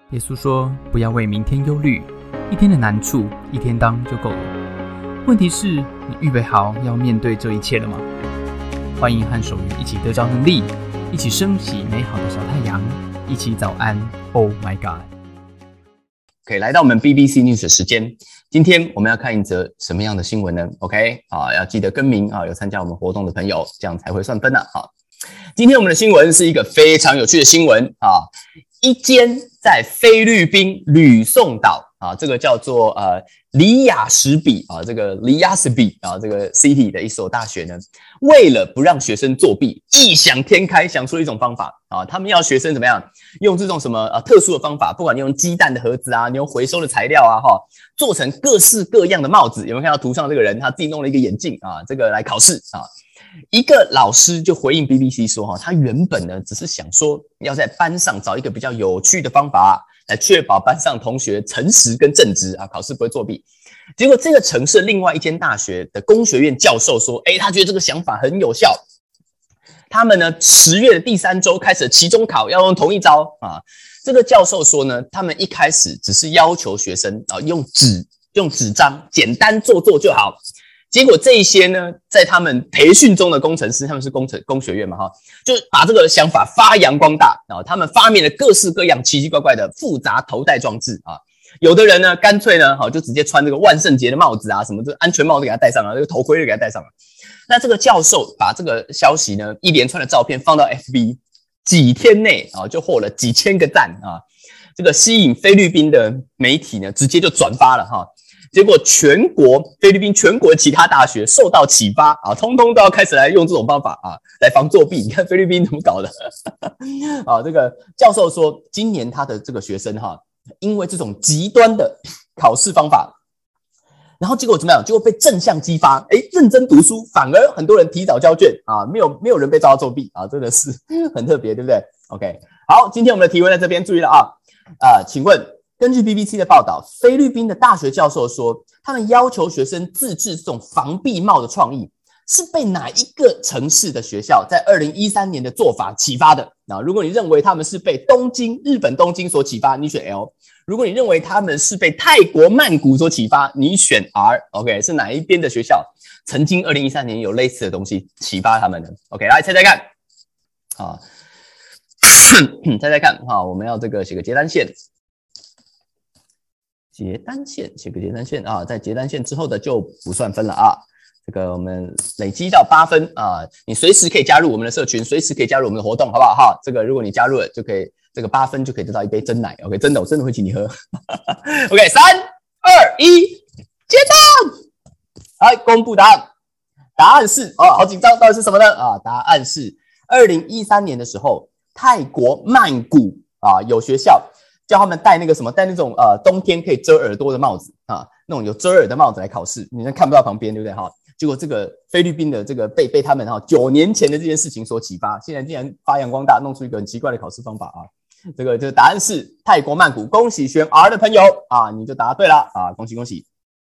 耶稣说：“不要为明天忧虑，一天的难处一天当就够了。问题是，你预备好要面对这一切了吗？”欢迎和守愚一起得着能力，一起升起美好的小太阳，一起早安 Oh my God。OK， 来到我们 BBC News 的时间，今天我们要看一则什么样的新闻呢 ？OK， 要记得更名有参加我们活动的朋友，这样才会算分啊。今天我们的新闻是一个非常有趣的新闻一间在菲律宾吕宋岛这个叫做里亚什比这个里亚什比这个 city 的一所大学呢，为了不让学生作弊，异想天开想出了一种方法他们要学生怎么样用这种什么特殊的方法，不管你用鸡蛋的盒子你用回收的材料做成各式各样的帽子。有没有看到图上这个人他自己弄了一个眼镜这个来考试一个老师就回应 BBC 说他原本呢只是想说要在班上找一个比较有趣的方法来确保班上同学诚实跟正直考试不会作弊。结果这个城市另外一间大学的工学院教授说他觉得这个想法很有效。他们呢10月的第3周开始期中考要用同一招这个教授说呢，他们一开始只是要求学生用纸张简单做就好。结果这一些呢，在他们培训中的工程师，他们是工学院嘛就把这个想法发扬光大他们发明了各式各样奇奇怪怪的复杂头戴装置有的人呢干脆呢就直接穿这个万圣节的帽子什么这个安全帽都给他戴上了，这个头盔都给他戴上了。那这个教授把这个消息呢一连串的照片放到 FB， 几天内就获了几千个赞这个吸引菲律宾的媒体呢直接就转发了结果菲律宾全国其他大学受到启发通通都要开始来用这种方法来防作弊。你看菲律宾怎么搞的这个教授说今年他的这个学生因为这种极端的考试方法，然后结果怎么样？结果被正向激发认真读书，反而很多人提早交卷没有人被抓到作弊真的是很特别，对不对 ？OK， 好，今天我们的提问在这边注意了请问根据 BBC 的报道，菲律宾的大学教授说，他们要求学生自制这种防避帽的创意，是被哪一个城市的学校在2013年的做法启发的？如果你认为他们是被日本东京所启发，你选 L； 如果你认为他们是被泰国曼谷所启发，你选 R。OK， 是哪一边的学校曾经2013年有类似的东西启发他们的 ？OK， 来猜猜看猜猜看我们要这个写个结单线。写个结单线在结单线之后的就不算分了这个我们累积到8分你随时可以加入我们的社群，随时可以加入我们的活动，好不好这个如果你加入了就可以这个8分就可以得到一杯真奶 OK， 真的我真的会请你喝OK， 3、2、1结单。来公布答案，答案是好紧张，到底是什么呢答案是2013年的时候，泰国曼谷有学校叫他们戴那个什么，戴那种冬天可以遮耳朵的帽子那种有遮耳的帽子来考试，你看不到旁边，对不对结果这个菲律宾的这个被他们9年前的这件事情所启发，现在竟然发扬光大，弄出一个很奇怪的考试方法这个就答案是泰国曼谷。恭喜选 R 的朋友你就答对了恭喜恭喜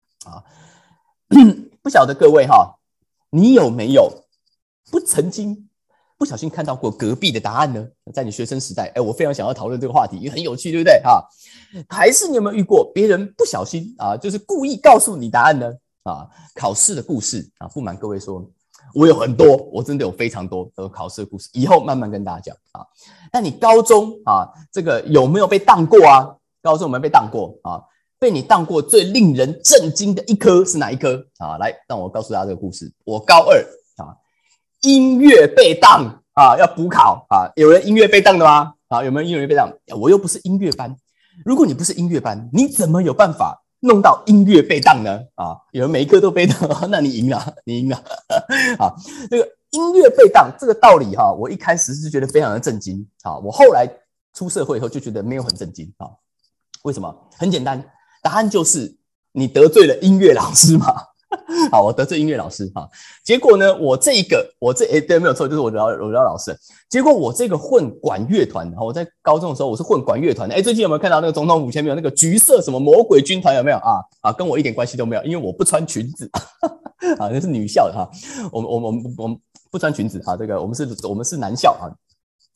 不晓得各位你有没有曾经不小心看到过隔壁的答案呢？在你学生时代我非常想要讨论这个话题，因为很有趣，对不对还是你有没有遇过别人不小心就是故意告诉你答案呢考试的故事不瞒各位说，我有很多，我真的有非常多的考试的故事，以后慢慢跟大家讲那你高中这个有没有被当过高中有没有被当过被你当过最令人震惊的一科是哪一科来，让我告诉大家这个故事。我高2音乐被当要补考有人音乐被当的吗有没有音乐被当？我又不是音乐班，如果你不是音乐班，你怎么有办法弄到音乐被当呢有人每一科都被当那你赢了这个音乐被当这个道理我一开始是觉得非常的震惊我后来出社会以后就觉得没有很震惊为什么？很简单，答案就是你得罪了音乐老师嘛我得罪音乐老师结果呢，对，没有错，就是我惹到老师。结果我这个混管乐团我在高中的时候我是混管乐团的最近有没有看到那个总统府前面有那个橘色什么魔鬼军团，有没有跟我一点关系都没有，因为我不穿裙子那是女校的我们不穿裙子这个我们是男校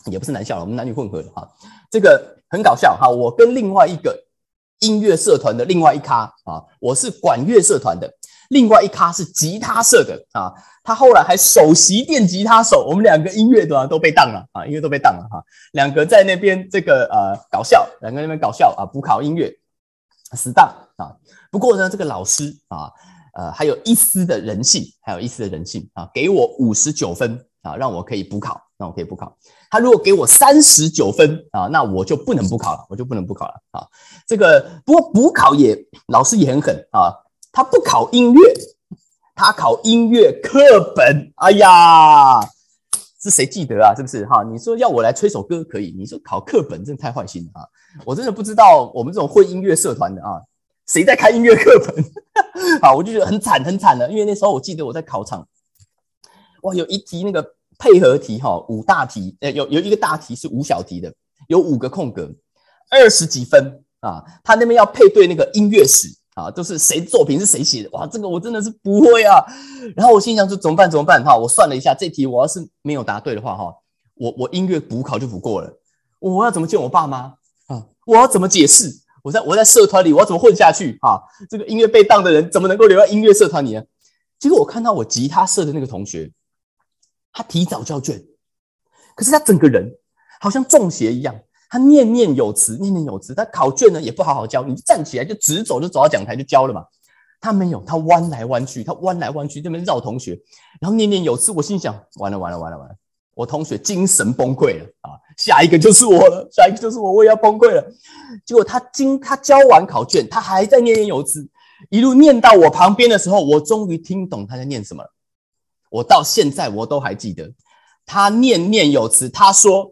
也不是男校了，我们男女混合的哈。这个很搞笑哈，我跟另外一个音乐社团的另外一咖啊，我是管乐社团的，另外一咖是吉他社的啊。他后来还首席电吉他手，我们两个音乐都被当了啊，音乐都被当了哈。两个在那边这个搞笑，两个在那边搞笑啊，补考音乐死当啊。不过呢，这个老师啊，还有一丝的人性，啊，给我59分啊，让我可以补考，他如果给我39分啊，那我就不能补考了，啊。这个不过补考老师也很狠啊，他不考音乐，他考音乐课本。哎呀，是谁记得啊？是不是哈？你说要我来吹首歌可以，你说考课本真的太坏心了啊！我真的不知道我们这种会音乐社团的啊，谁在开音乐课本？好，我就觉得很惨了，因为那时候我记得我在考场，哇，有一题那个配合题哈，5大题，有一个大题是5小题的，有5个空格，20几分啊，他那边要配对那个音乐史啊，都是谁作品是谁写的，哇，这个我真的是不会啊。然后我心想说怎么办哈，我算了一下，这题我要是没有答对的话哈，我音乐补考就不过了，我要怎么见我爸妈啊？我要怎么解释？我在社团里我要怎么混下去啊？这个音乐被当的人怎么能够留在音乐社团里呢？结果我看到我吉他社的那个同学，他提早交卷，可是他整个人好像中邪一样，他念念有词，他考卷呢也不好好交，你站起来就直走，就走到讲台就交了嘛。他没有，他弯来弯去，这边绕同学，然后念念有词。我心想，完了，我同学精神崩溃了啊！下一个就是我了，我也要崩溃了。结果他交完考卷，他还在念念有词，一路念到我旁边的时候，我终于听懂他在念什么了。我到现在我都还记得，他念念有词，他说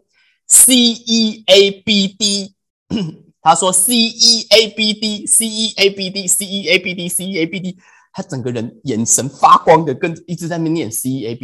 CEABD， 他说 CEABD， 他整个人眼神发光的，跟一直在那边念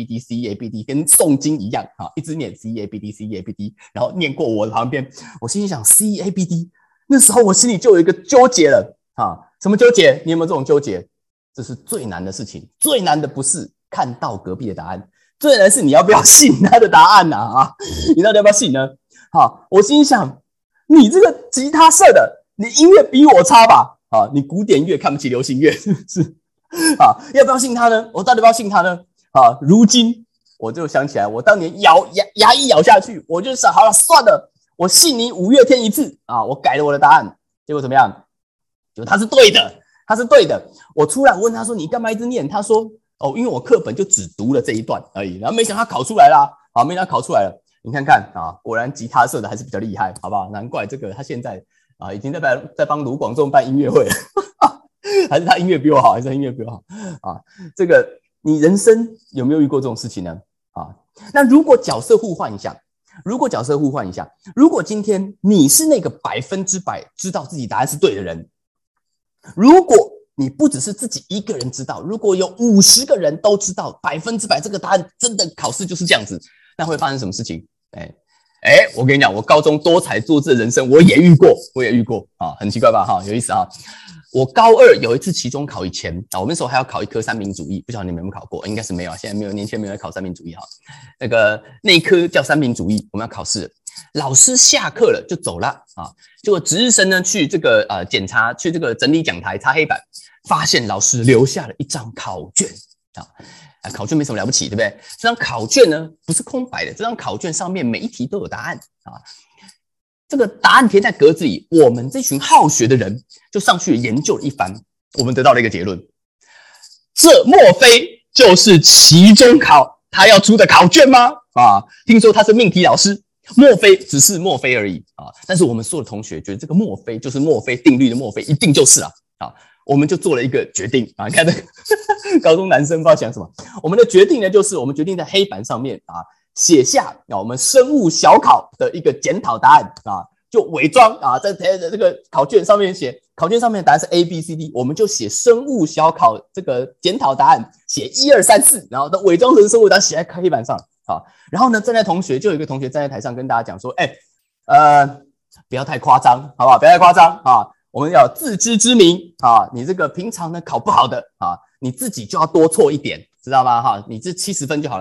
CEABD， 跟诵经一样啊，一直念 CEABD， 然后念过我的旁边。我心里想 CEABD， 那时候我心里就有一个纠结了啊，什么纠结？你有没有这种纠结？这是最难的事情，最难的不是看到隔壁的答案，最难的是你要不要信他的答案啊？你到底要不要信呢？好，我心想，你这个吉他社的，你音乐比我差吧？啊，你古典乐看不起流行乐，是不是？啊，要不要信他呢？我到底要不要信他呢？啊，如今我就想起来，我当年牙一咬下去，我就想，好了，算了，我信你5月天一次啊！我改了我的答案，结果怎么样？结果他是对的，我出来问他说：“你干嘛一直念？”他说：“哦，因为我课本就只读了这一段而已。”然后没想到他考出来啦，啊，没想到考出来了。你看看啊，果然吉他社的还是比较厉害，好不好？难怪这个他现在啊，已经在帮卢广仲办音乐会了。还是他音乐比我好，啊？这个你人生有没有遇过这种事情呢？啊，那如果角色互换一下，如果今天你是那个100%知道自己答案是对的人，如果你不只是自己一个人知道，如果有50个人都知道100%这个答案真的考试就是这样子，那会发生什么事情？我跟你讲，我高中多才多姿的人生我也遇过啊，很奇怪吧？哈，有意思啊。我高2有一次期中考以前啊，我们那时候还要考一科三民主义，不晓得你们有没有考过？应该是没有，现在没有，年轻人没有在考三民主义哈。那一科叫三民主义，我们要考试了，老师下课了就走了啊。结果值日生呢去这个检查，去这个整理讲台擦黑板，发现老师留下了一张考卷啊。考卷没什么了不起，对不对？这张考卷呢不是空白的，这张考卷上面每一题都有答案啊。这个答案贴在格子里，我们这群好学的人就上去研究了一番，我们得到了一个结论：这莫非就是期中考他要出的考卷吗？啊，听说他是命题老师，莫非只是莫非而已啊！但是我们所有的同学觉得这个莫非就是墨菲定律的墨菲，一定就是啊！我们就做了一个决定啊！你看这个高中男生不知道想什么，我们的决定呢，就是我们决定在黑板上面啊写下我们生物小考的一个检讨答案啊，就伪装啊，在这个考卷上面写，考卷上面的答案是 A、B、C、D， 我们就写生物小考这个检讨答案，写1、2、3、4，然后都伪装成生物答案写在黑板上啊。然后呢，站在同学就有一个同学站在台上跟大家讲说，不要太夸张，好不好？不要太夸张啊！我们要有自知之明啊！你这个平常呢考不好的啊，你自己就要多错一点，知道吗？哈，你这70分就好了。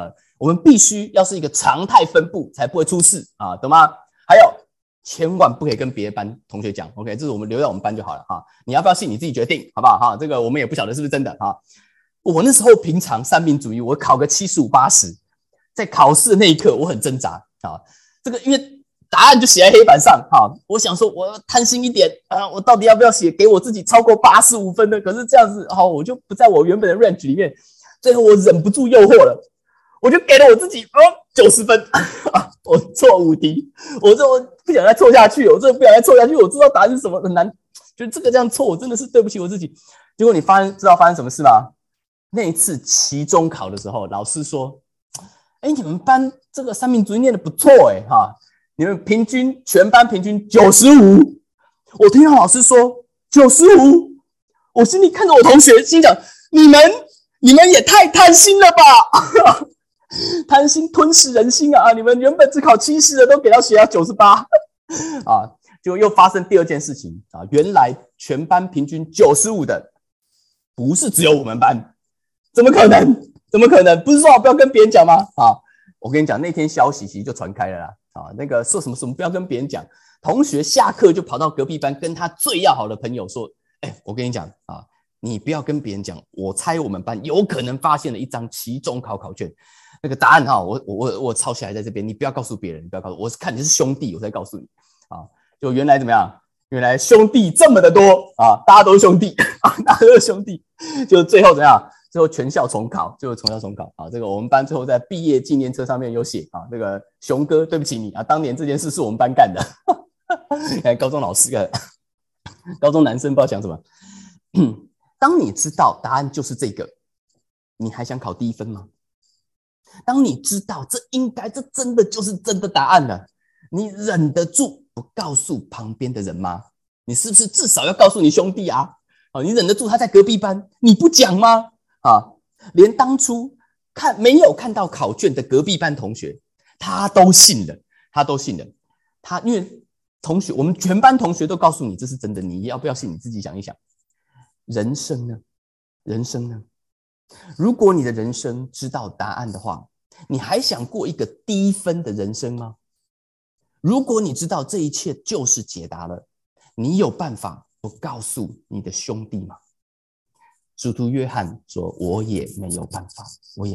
我们必须要是一个常态分布，才不会出事啊，懂吗？还有，千万不可以跟别的班同学讲 ，OK， 这是我们留在我们班就好了哈。你要不要信你自己决定，好不好哈？这个我们也不晓得是不是真的哈。我那时候平常三民主义，我考个75、80，在考试的那一刻我很挣扎啊。这个因为答案就写在黑板上哈，我想说我贪心一点啊，我到底要不要写给我自己超过85分的？可是这样子好，我就不在我原本的 range 里面。最后我忍不住诱惑了，我就给了我自己90分我错5题，我不想再错下去，我真的不想再错下去。我知道答案是什么，很难，就这个这样错，我真的是对不起我自己。结果你知道发生什么事吗？那一次期中考的时候，老师说：“你们班这个三民主义念得不错哈，你们全班平均95。”我听到老师说95，我心里看着我同学，心想：你们也太贪心了吧！贪心吞噬人心啊！你们原本只考70的，都给到写到98啊！就又发生第二件事情啊！原来全班平均95的，不是只有我们班，怎么可能？怎么可能？不是说我不要跟别人讲吗？啊！我跟你讲，那天消息其实就传开了啦！啊，那个说什么不要跟别人讲，同学下课就跑到隔壁班，跟他最要好的朋友说：“我跟你讲啊。”你不要跟别人讲，我猜我们班有可能发现了一张期中考考卷，那个答案哈，我抄下来在这边，你不要告诉别人，你不要告诉我，是看你是兄弟，我才告诉你啊。就原来怎么样？原来兄弟这么的多啊，大家都是兄弟啊，大家都是兄弟，就最后怎么样？最后全校重考，最后全校重考啊。这个我们班最后在毕业纪念册上面有写啊，这个熊哥，对不起你啊，当年这件事是我们班干的。高中老师高中男生不知道讲什么。当你知道答案就是这个，你还想考低分吗？当你知道这真的就是真的答案了，你忍得住不告诉旁边的人吗？你是不是至少要告诉你兄弟啊？你忍得住他在隔壁班，你不讲吗？连当初没有看到考卷的隔壁班同学，他都信了。因为我们全班同学都告诉你这是真的，你要不要信？你自己想一想。人生呢？如果你的人生知道答案的话，你还想过一个低分的人生吗？如果你知道这一切就是解答了，你有办法不告诉你的兄弟吗？使徒约翰说：“我也没有办法。”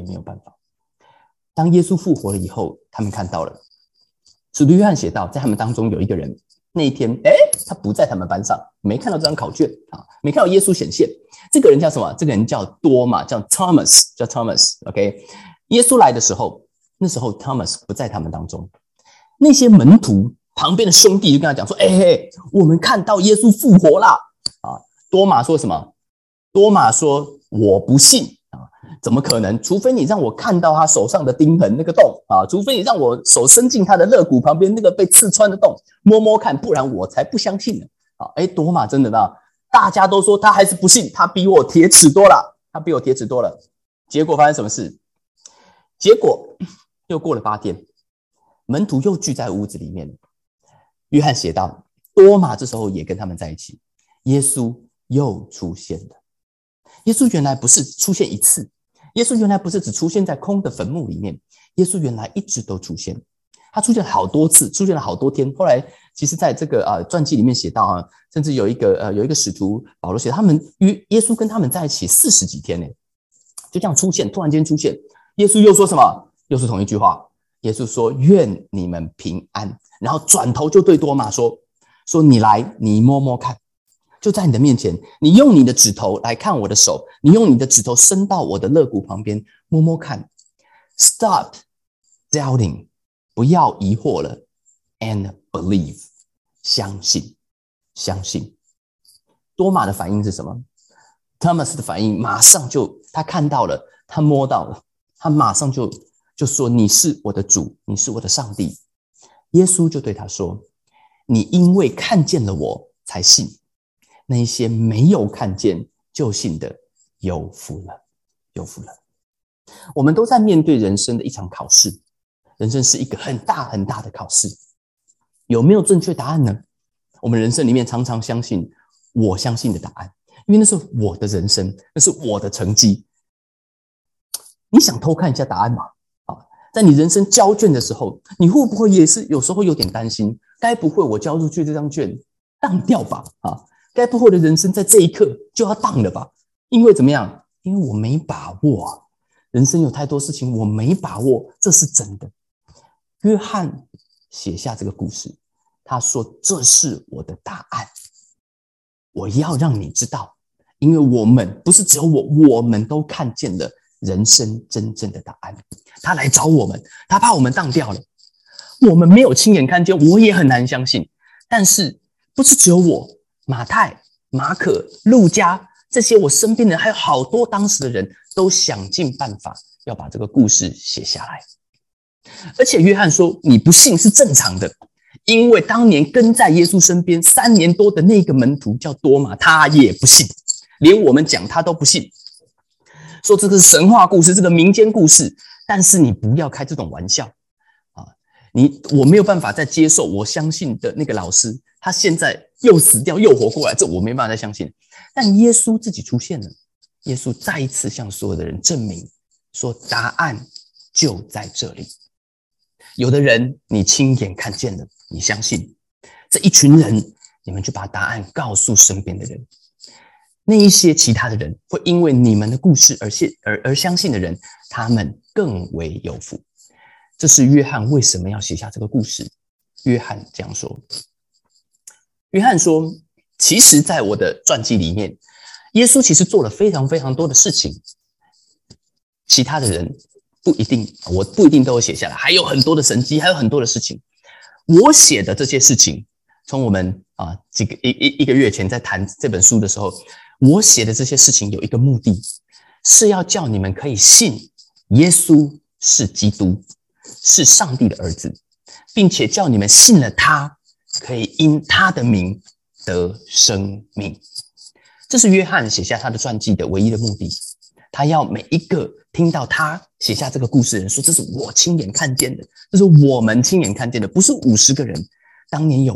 当耶稣复活了以后，他们看到了。使徒约翰写道，在他们当中有一个人，那一天，他不在他们班上，没看到这张考卷啊，没看到耶稣显现。这个人叫什么？这个人叫多马，叫 Thomas，OK。耶稣来的时候，那时候 Thomas 不在他们当中。那些门徒旁边的兄弟就跟他讲说：“我们看到耶稣复活啦！”啊，多马说什么？多马说：“我不信啊，怎么可能？除非你让我看到他手上的钉痕那个洞啊，除非你让我手伸进他的肋骨旁边那个被刺穿的洞，摸摸看，不然我才不相信呢。”啊，多马真的大家都说他还是不信，他比我铁齿多了。结果发生什么事？结果又过了8天，门徒又聚在屋子里面。约翰写道，多马这时候也跟他们在一起。耶稣又出现了。耶稣原来不是出现一次，耶稣原来不是只出现在空的坟墓里面，耶稣原来一直都出现。他出现了好多次，出现了好多天。后来其实在这个传记里面写到甚至有一个使徒保罗写，他们耶稣跟他们在一起40几天呢，就这样出现，突然间出现。耶稣又说什么？又是同一句话。耶稣说：“愿你们平安。”然后转头就对多马说：“你来，你摸摸看，就在你的面前，你用你的指头来看我的手，你用你的指头伸到我的肋骨旁边摸摸看。Stop doubting， 不要疑惑了 ，and believe， 相信。多马的反应是什么？ Thomas 的反应马上就他看到了，他摸到了，他马上就说：“你是我的主，你是我的上帝。”耶稣就对他说：“你因为看见了我才信，那一些没有看见就信的有福了。”我们都在面对人生的一场考试，人生是一个很大很大的考试。有没有正确答案呢？我们人生里面常常相信我相信的答案，因为那是我的人生，那是我的成绩。你想偷看一下答案吗？ 在你人生交卷的时候，你会不会也是有时候有点担心？该不会我交出去这张卷当掉吧？该不会我的人生在这一刻就要当了吧？因为怎么样？因为我没把握啊。人生有太多事情我没把握，这是真的。约翰写下这个故事，他说这是我的答案，我要让你知道，因为我们不是只有我们都看见了人生真正的答案。他来找我们，他怕我们当掉了，我们没有亲眼看见，我也很难相信。但是不是只有我，马太、马可、路加这些我身边的人，还有好多当时的人都想尽办法要把这个故事写下来。而且约翰说你不信是正常的，因为当年跟在耶稣身边3年多的那个门徒叫多马，他也不信，连我们讲他都不信，说这个是神话故事，这个民间故事。但是你不要开这种玩笑我没有办法再接受我相信的那个老师，他现在又死掉又活过来，这我没办法再相信。但耶稣自己出现了，耶稣再一次向所有的人证明说答案就在这里。有的人你亲眼看见了，你相信，这一群人你们就把答案告诉身边的人，那一些其他的人会因为你们的故事而相信的人，他们更为有福。这是约翰为什么要写下这个故事。约翰这样说，约翰说其实在我的传记里面，耶稣其实做了非常非常多的事情，其他的人我不一定都有写下来，还有很多的神迹，还有很多的事情。我写的这些事情，从我们一个月前在谈这本书的时候，我写的这些事情有一个目的，是要叫你们可以信耶稣是基督，是上帝的儿子，并且叫你们信了他，可以因他的名得生命。这是约翰写下他的传记的唯一的目的，他要每一个听到他写下这个故事的人说，这是我亲眼看见的，这是我们亲眼看见的，不是50个人，当年有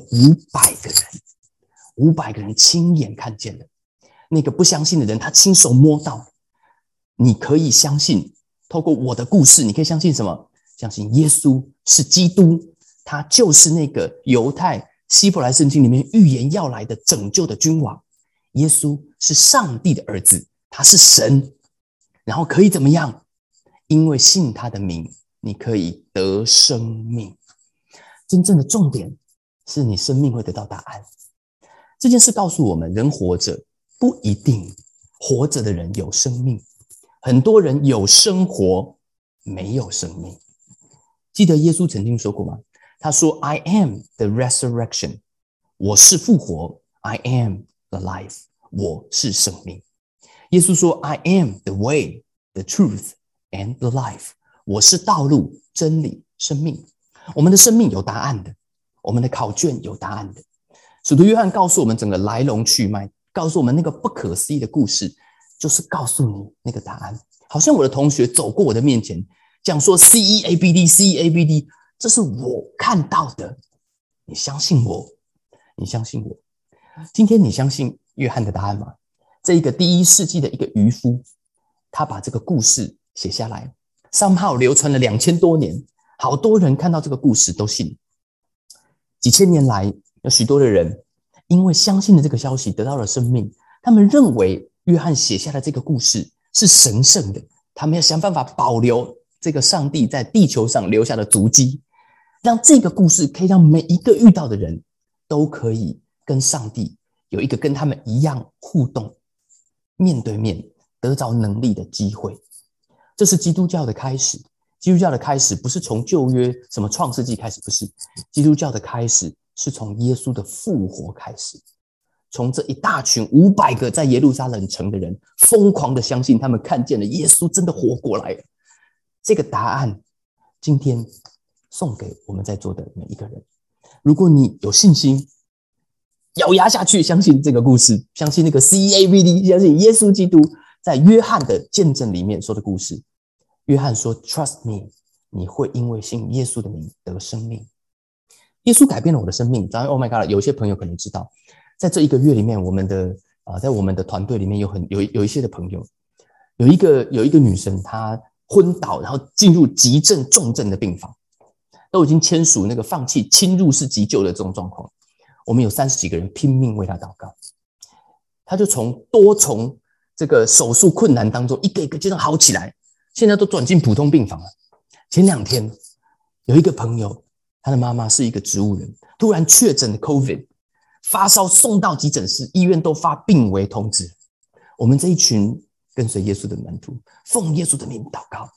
500个人亲眼看见的。那个不相信的人他亲手摸到。你可以相信，透过我的故事，你可以相信什么？相信耶稣是基督，他就是那个犹太希伯来圣经里面预言要来的拯救的君王。耶稣是上帝的儿子，他是神，然后可以怎么样？因为信他的名，你可以得生命。真正的重点是你生命会得到答案。这件事告诉我们，人活着不一定活着的人有生命，很多人有生活没有生命。记得耶稣曾经说过吗？他说 I am the resurrection， 我是复活， I am the life， 我是生命。耶稣说 I am the way, the truth and the life， 我是道路、真理、生命。我们的生命有答案的，我们的考卷有答案的。使徒约翰告诉我们整个来龙去脉，告诉我们那个不可思议的故事，就是告诉你那个答案。好像我的同学走过我的面前讲说 CEABD CEABD， 这是我看到的，你相信我，你相信我。今天你相信约翰的答案吗？这一个第1世纪的一个渔夫，他把这个故事写下来，somehow流传了2000多年，好多人看到这个故事都信。几千年来有许多的人因为相信了这个消息得到了生命，他们认为约翰写下的这个故事是神圣的，他们要想办法保留这个上帝在地球上留下的足迹，让这个故事可以让每一个遇到的人都可以跟上帝有一个跟他们一样互动，面对面得着能力的机会。这是基督教的开始。基督教的开始不是从旧约什么创世纪开始，不是。基督教的开始是从耶稣的复活开始，从这一大群500个在耶路撒冷城的人疯狂的相信他们看见了耶稣真的活过来了。这个答案今天送给我们在座的每一个人。如果你有信心咬牙下去相信这个故事，相信那个 CEABD， 相信耶稣基督在约翰的见证里面说的故事。约翰说 Trust me， 你会因为信耶稣的名得生命。耶稣改变了我的生命。Oh my God， 有些朋友可能知道，在这1个月里面，在我们的团队里面有一些的朋友，有一个女生，她昏倒，然后进入急症重症的病房，都已经签署那个放弃侵入式急救的这种状况。我们有30几个人拼命为他祷告，他就从多重这个手术困难当中一个一个阶段好起来，现在都转进普通病房了。前2天有一个朋友，他的妈妈是一个植物人，突然确诊 COVID， 发烧送到急诊室，医院都发病危通知。我们这一群跟随耶稣的门徒，奉耶稣的名祷告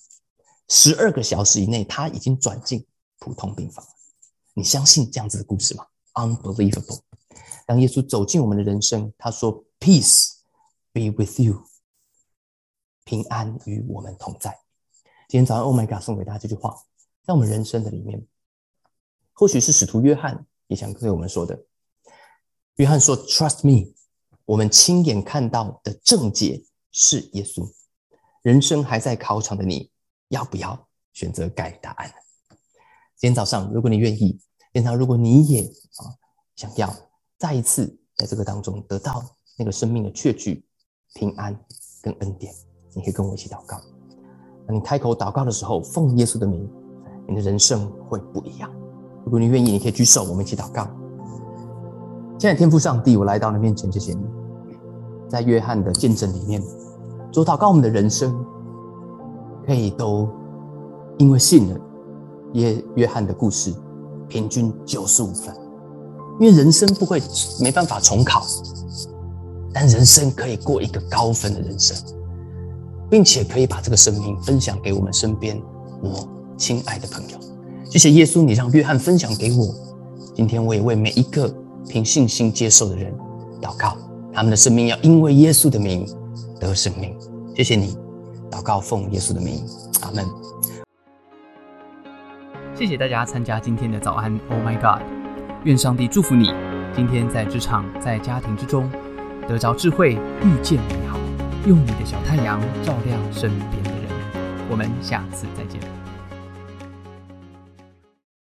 ，12个小时以内他已经转进普通病房。你相信这样子的故事吗？ Unbelievable。 当耶稣走进我们的人生，他说 Peace be with you， 平安与我们同在。今天早上 Oh my God 送给大家这句话，在我们人生的里面，或许是使徒约翰也想对我们说的。约翰说 Trust me， 我们亲眼看到的正解是耶稣。人生还在考场的你，要不要选择改答案？今天早上如果你愿意，今天早上如果你也想要再一次在这个当中得到那个生命的确据、平安跟恩典，你可以跟我一起祷告。当你开口祷告的时候，奉耶稣的名，你的人生会不一样。如果你愿意，你可以举手，我们一起祷告。亲爱的天父上帝，我来到你面前，谢谢你。在约翰的见证里面，主祷告我们的人生可以都因为信了约翰的故事，平均95分。因为人生没办法重考，但人生可以过一个高分的人生，并且可以把这个生命分享给我们身边我亲爱的朋友。谢谢耶稣，你让约翰分享给我。今天我也为每一个凭信心接受的人祷告，他们的生命要因为耶稣的名得生命。谢谢你，祷告奉耶稣的名，阿们。 谢谢大家参加今天的早安 Oh my God， 愿上帝祝福你，今天在职场在家庭之中得着智慧，遇见美好，用你的小太阳照亮身边的人。我们下次再见。